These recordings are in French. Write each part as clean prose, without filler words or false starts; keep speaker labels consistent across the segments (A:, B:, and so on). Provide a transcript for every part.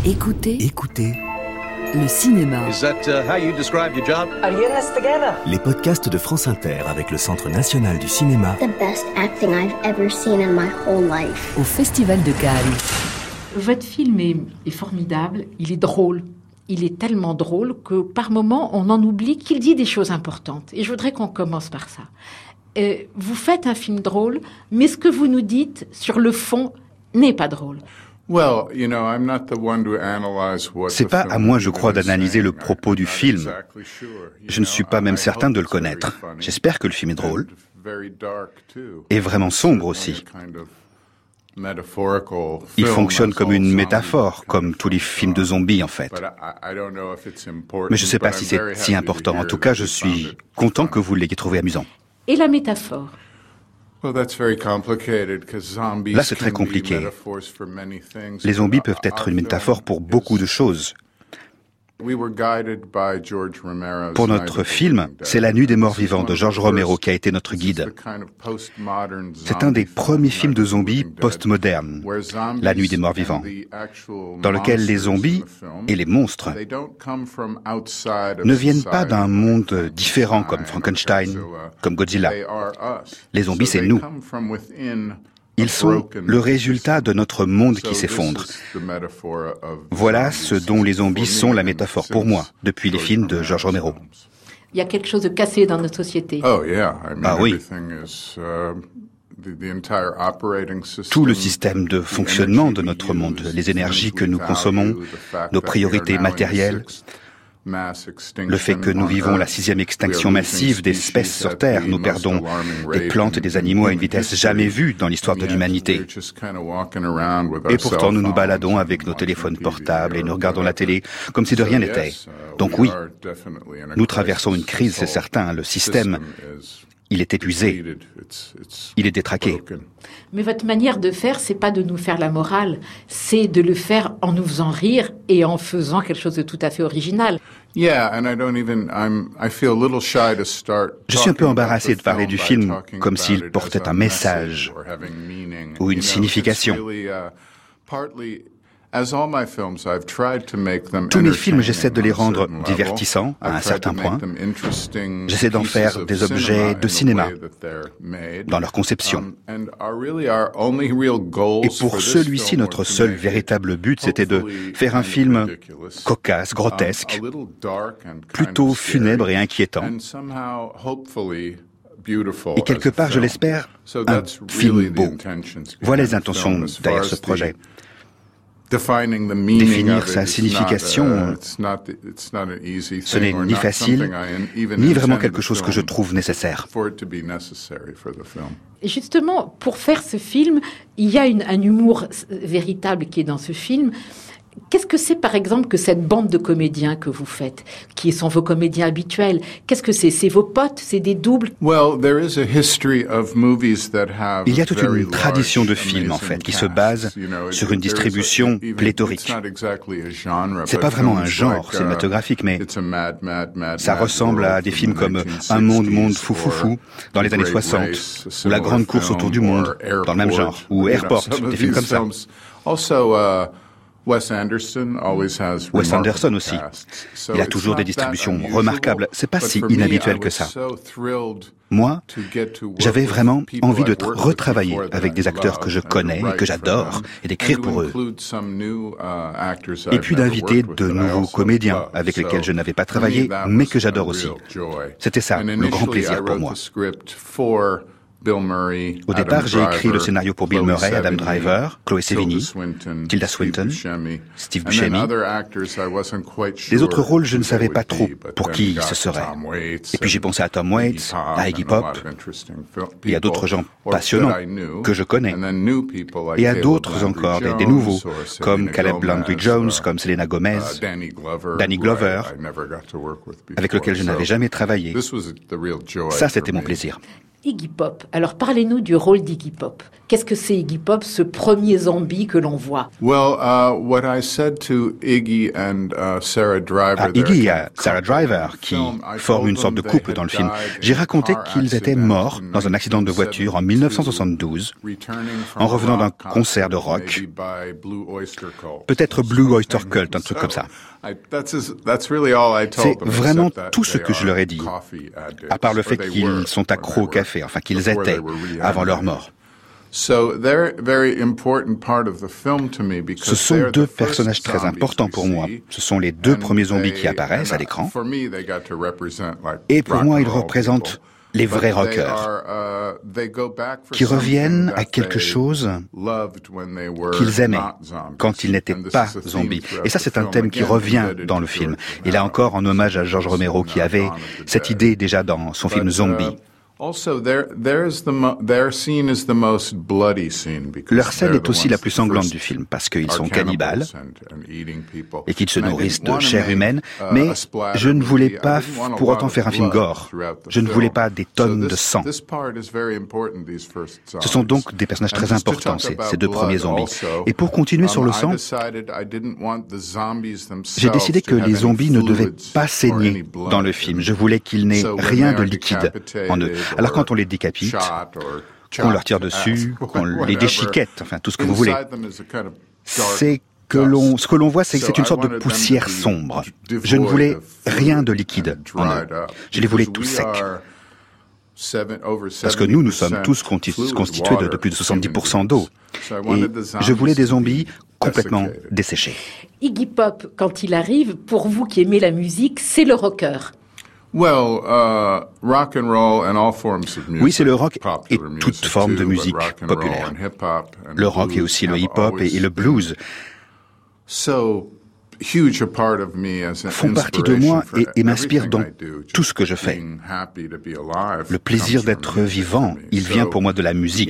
A: Écoutez le cinéma.
B: Is that how you describe your job?
C: Are you in this together?
A: Les podcasts de France Inter avec le Centre national du cinéma.
D: The best acting I've ever seen in my whole life.
A: Au Festival de Cannes.
E: Votre film est formidable, il est drôle. Il est tellement drôle que par moments, on en oublie qu'il dit des choses importantes. Et je voudrais qu'on commence par ça. Vous faites un film drôle, mais ce que vous nous dites sur le fond n'est pas drôle.
F: C'est pas à moi, je crois, d'analyser le propos du film. Je ne suis pas même certain de le connaître. J'espère que le film est drôle. Et vraiment sombre aussi. Il fonctionne comme une métaphore, comme tous les films de zombies en fait. Mais je ne sais pas si c'est si important. En tout cas, je suis content que vous l'ayez trouvé amusant.
E: Et la métaphore ?
F: Là, c'est très compliqué. Les zombies peuvent être une métaphore pour beaucoup de choses. Pour notre film, c'est La Nuit des Morts Vivants de George Romero qui a été notre guide. C'est un des premiers films de zombies post-modernes, La Nuit des Morts Vivants, dans lequel les zombies et les monstres ne viennent pas d'un monde différent comme Frankenstein, comme Godzilla. Les zombies, c'est nous. Ils sont le résultat de notre monde qui s'effondre. Voilà ce dont les zombies sont la métaphore pour moi, depuis les films de George Romero.
E: Il y a quelque chose de cassé dans notre société.
F: Ah oui. Tout le système de fonctionnement de notre monde, les énergies que nous consommons, nos priorités matérielles, le fait que nous vivons la 6e extinction massive d'espèces sur Terre, nous perdons des plantes et des animaux à une vitesse jamais vue dans l'histoire de l'humanité. Et pourtant, nous nous baladons avec nos téléphones portables et nous regardons la télé comme si de rien n'était. Donc oui, nous traversons une crise, c'est certain. Le système, il est épuisé. Il est détraqué.
E: Mais votre manière de faire, c'est pas de nous faire la morale, c'est de le faire en nous faisant rire et en faisant quelque chose de tout à fait original.
F: Je suis un peu embarrassé de parler du film comme s'il portait un message ou une signification. Tous mes films, j'essaie de les rendre divertissants à un certain point. J'essaie d'en faire des objets de cinéma dans leur conception. Et pour celui-ci, notre seul véritable but, c'était de faire un film cocasse, grotesque, plutôt funèbre et inquiétant. Et quelque part, je l'espère, un film beau. Voilà les intentions derrière ce projet. Définir sa signification, ce n'est ni facile, ni vraiment quelque chose que je trouve nécessaire.
E: Et justement, pour faire ce film, il y a un humour véritable qui est dans ce film. Qu'est-ce que c'est, par exemple, que cette bande de comédiens que vous faites, qui sont vos comédiens habituels? Qu'est-ce que c'est? C'est vos potes? C'est des doubles?
F: Il y a toute une tradition de films, en fait, qui se base sur une distribution pléthorique. C'est pas vraiment un genre cinématographique, mais ça ressemble à des films comme Un monde fou fou fou, dans les années 60, ou La Grande Course autour du monde, dans le même genre, ou Airport, des films comme ça. Wes Anderson aussi. Il a toujours des distributions remarquables. C'est pas si inhabituel que ça. Moi, j'avais vraiment envie de retravailler avec des acteurs que je connais et que j'adore et d'écrire pour eux. Et puis d'inviter de nouveaux comédiens avec lesquels je n'avais pas travaillé, mais que j'adore aussi. C'était ça, le grand plaisir pour moi. Au départ, j'ai écrit le scénario pour Bill Murray, Adam Driver, Chloé Sevigny, Tilda Swinton, Steve Buscemi. Les autres rôles, je ne savais pas trop pour qui ce serait. Et puis j'ai pensé à Tom Waits, à Iggy Pop, et à d'autres gens passionnants que je connais. Et à d'autres encore, des nouveaux, comme Caleb Landry Jones, comme Selena Gomez, Danny Glover, avec lequel je n'avais jamais travaillé. Ça, c'était mon plaisir.
E: Iggy Pop. Alors parlez-nous du rôle d'Iggy Pop. Qu'est-ce que c'est Iggy Pop, ce premier zombie que l'on voit?
C: What I said to Iggy and Sarah Driver,
F: Iggy et Sarah Driver, qui forment une sorte de couple dans le film, j'ai raconté qu'ils étaient morts dans un accident de voiture en 1972, en revenant d'un concert de rock, peut-être Blue Oyster Cult, un truc comme ça. C'est vraiment tout ce que je leur ai dit, à part le fait qu'ils sont accros au café, enfin qu'ils étaient avant leur mort. Ce sont deux personnages très importants pour moi. Ce sont les deux premiers zombies qui apparaissent à l'écran. Et pour moi, ils représentent les vrais rockers, qui reviennent à quelque chose qu'ils aimaient quand ils n'étaient pas zombies. Et ça, c'est un thème qui revient dans le film. Et là encore, en hommage à George Romero, qui avait cette idée déjà dans son film Zombie. Leur scène est aussi la plus sanglante du film, parce qu'ils sont cannibales et qu'ils se nourrissent de chair humaine, mais je ne voulais pas pour autant faire un film gore. Je ne voulais pas des tonnes de sang. Ce sont donc des personnages très importants, ces deux premiers zombies. Et pour continuer sur le sang, j'ai décidé que les zombies ne devaient pas saigner dans le film. Je voulais qu'ils n'aient rien de liquide en eux. Alors quand on les décapite, qu'on leur tire dessus, qu'on les déchiquette, enfin tout ce que vous voulez, ce que l'on voit, c'est une sorte de poussière sombre. Je ne voulais rien de liquide en eux. Je les voulais tous secs. Parce que nous sommes tous constitués de plus de 70% d'eau. Et je voulais des zombies complètement desséchés.
E: Iggy Pop, quand il arrive, pour vous qui aimez la musique, c'est le rocker.
F: Oui, c'est le rock et toute forme de musique populaire. Le rock et aussi le hip-hop et le blues font partie de moi et m'inspirent dans tout ce que je fais. Le plaisir d'être vivant, il vient pour moi de la musique.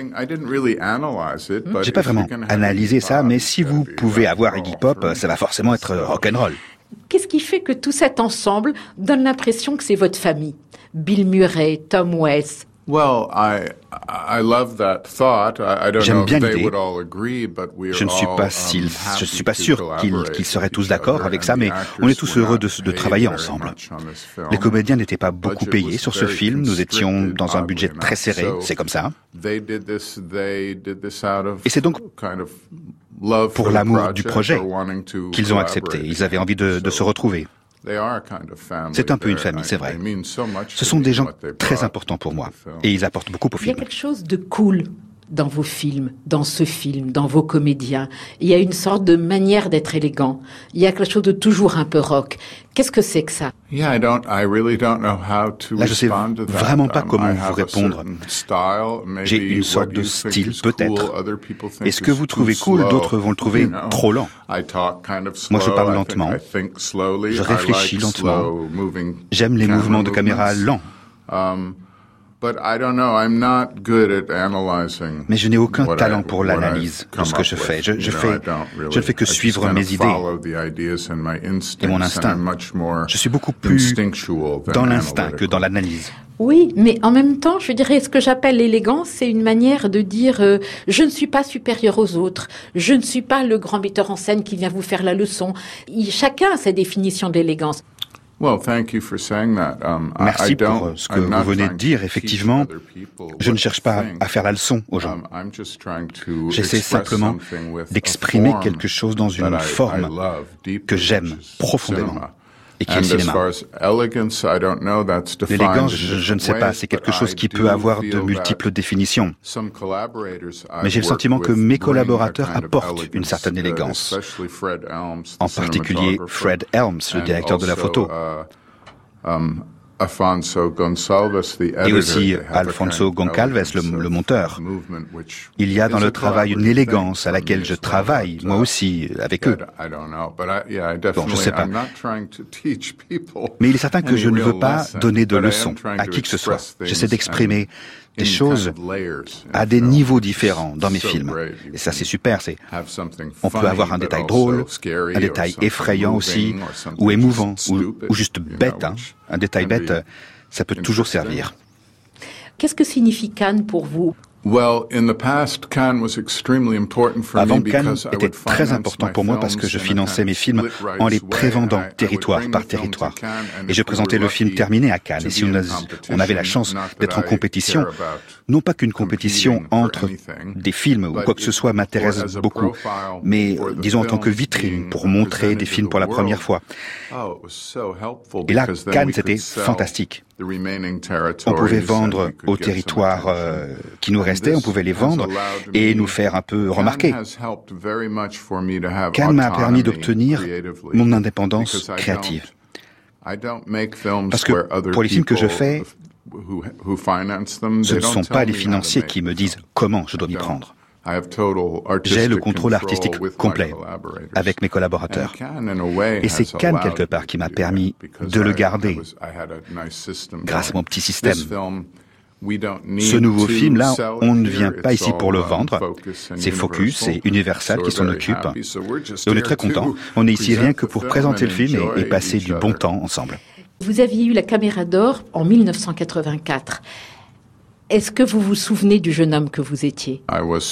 F: J'ai pas vraiment analysé ça, mais si vous pouvez avoir Iggy Pop, ça va forcément être rock'n'roll.
E: Qu'est-ce qui fait que tout cet ensemble donne l'impression que c'est votre famille? Bill Murray, Tom Waits.
F: J'aime bien l'idée. Je ne suis pas sûr qu'ils seraient tous d'accord avec ça, mais on est tous heureux de travailler ensemble. Les comédiens n'étaient pas beaucoup payés sur ce film. Nous étions dans un budget très serré, c'est comme ça. Et c'est donc pour l'amour du projet qu'ils ont accepté. Ils avaient envie de se retrouver. C'est un peu une famille, c'est vrai. Ce sont des gens très importants pour moi et ils apportent beaucoup au film.
E: Il y a quelque chose de cool dans vos films, dans ce film, dans vos comédiens. Il y a une sorte de manière d'être élégant. Il y a quelque chose de toujours un peu rock. Qu'est-ce que c'est que ça?
F: Là, je sais vraiment pas comment vous répondre. J'ai une sorte de style, peut-être. Et ce que vous trouvez cool, d'autres vont le trouver trop lent. Moi, je parle lentement. Je réfléchis lentement. J'aime les mouvements de caméra lents. Mais je n'ai aucun talent pour l'analyse de ce que je fais. Je ne fais que suivre mes idées et mon instinct. Je suis beaucoup plus dans l'instinct que dans l'analyse.
E: Oui, mais en même temps, je dirais, ce que j'appelle l'élégance, c'est une manière de dire je ne suis pas supérieur aux autres, je ne suis pas le grand metteur en scène qui vient vous faire la leçon. Chacun a sa définition de l'élégance.
F: Merci pour ce que vous venez de dire. Effectivement, je ne cherche pas à faire la leçon aux gens. J'essaie simplement d'exprimer quelque chose dans une forme que j'aime profondément et qui est le cinéma. L'élégance, je ne sais pas, c'est quelque chose qui peut avoir de multiples définitions. Mais j'ai le sentiment que mes collaborateurs apportent une certaine élégance. En particulier Fred Helms, le directeur de la photo. Et aussi Alfonso Goncalves, le monteur. Il y il y a dans le travail une élégance à laquelle je travaille, moi aussi, avec eux. Bon, je ne sais pas. Mais il est certain que je ne veux pas donner de leçons à qui que ce soit. J'essaie d'exprimer des choses à des niveaux différents dans mes films. Et ça, c'est super. On peut avoir un détail drôle, un détail effrayant aussi, ou émouvant, ou juste bête. Un détail bête, ça peut toujours servir.
E: Qu'est-ce que signifie Cannes pour vous ?
C: Avant, Cannes
F: était très important pour moi parce que je finançais mes films en les prévendant territoire par territoire. Et je présentais le film terminé à Cannes. Et si on avait la chance d'être en compétition, non pas qu'une compétition entre des films ou quoi que ce soit m'intéresse beaucoup, mais disons en tant que vitrine pour montrer des films pour la première fois. Et là, Cannes, c'était fantastique. On pouvait vendre aux territoires qui nous restaient, on pouvait les vendre et nous faire un peu remarquer. Cannes m'a permis d'obtenir mon indépendance créative. Parce que pour les films que je fais, ce ne sont pas les financiers qui me disent comment je dois m'y prendre. J'ai le contrôle artistique complet avec mes collaborateurs. Et c'est Cannes, quelque part, qui m'a permis de le garder grâce à mon petit système. Ce nouveau film-là, on ne vient pas ici pour le vendre. C'est Focus et Universal qui s'en occupent. Et on est très contents. On est ici rien que pour présenter le film et passer du bon temps ensemble.
E: Vous aviez eu la Caméra d'Or en 1984. Est-ce que vous vous souvenez du jeune homme que vous étiez ?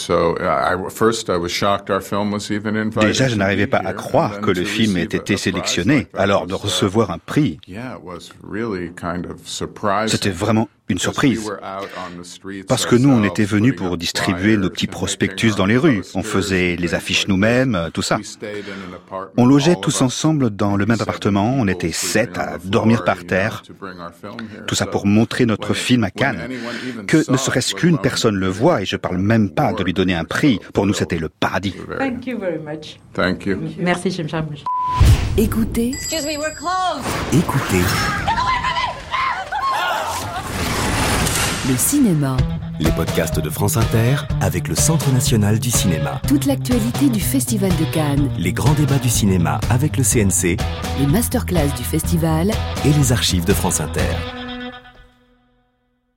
F: Déjà, je n'arrivais pas à croire que le film ait été sélectionné, alors de recevoir un prix. C'était vraiment une surprise. Parce que nous, on était venus pour distribuer nos petits prospectus dans les rues. On faisait les affiches nous-mêmes, tout ça. On logeait tous ensemble dans le même appartement. On était 7 à dormir par terre. Tout ça pour montrer notre film à Cannes. Que ne serait-ce qu'une personne le voit, et je parle même pas de lui donner un prix. Pour nous, c'était le paradis.
E: Thank you very much.
C: Thank you.
E: Merci, Shemsham.
G: Écoutez.
A: Excuse me, we're closed. Écoutez.
G: Le cinéma.
A: Les podcasts de France Inter avec le Centre national du cinéma.
G: Toute l'actualité du Festival de Cannes.
A: Les grands débats du cinéma avec le CNC.
G: Les masterclass du festival.
A: Et les archives de France Inter.